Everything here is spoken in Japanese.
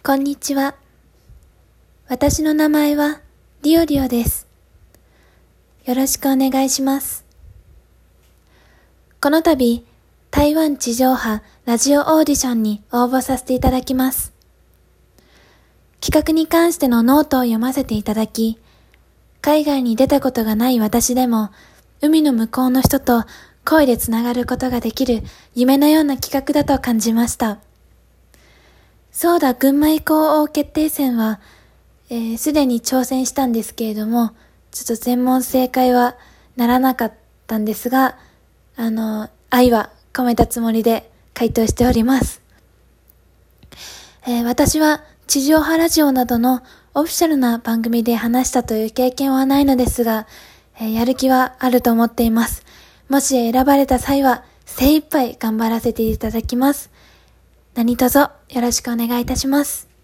こんにちは。私の名前はリオリオです。よろしくお願いします。この度、台湾地上波ラジオオーディションに応募させていただきます。企画に関してのノートを読ませていただき、海外に出たことがない私でも、海の向こうの人と声でつながることができる夢のような企画だと感じました。そうだ群馬移行王決定戦は、すでに挑戦したんですけれども、ちょっと全問正解はならなかったんですが、愛は込めたつもりで回答しております。私は地上波ラジオなどのオフィシャルな番組で話したという経験はないのですが、やる気はあると思っています。もし選ばれた際は精一杯頑張らせていただきます。何卒よろしくお願いいたします。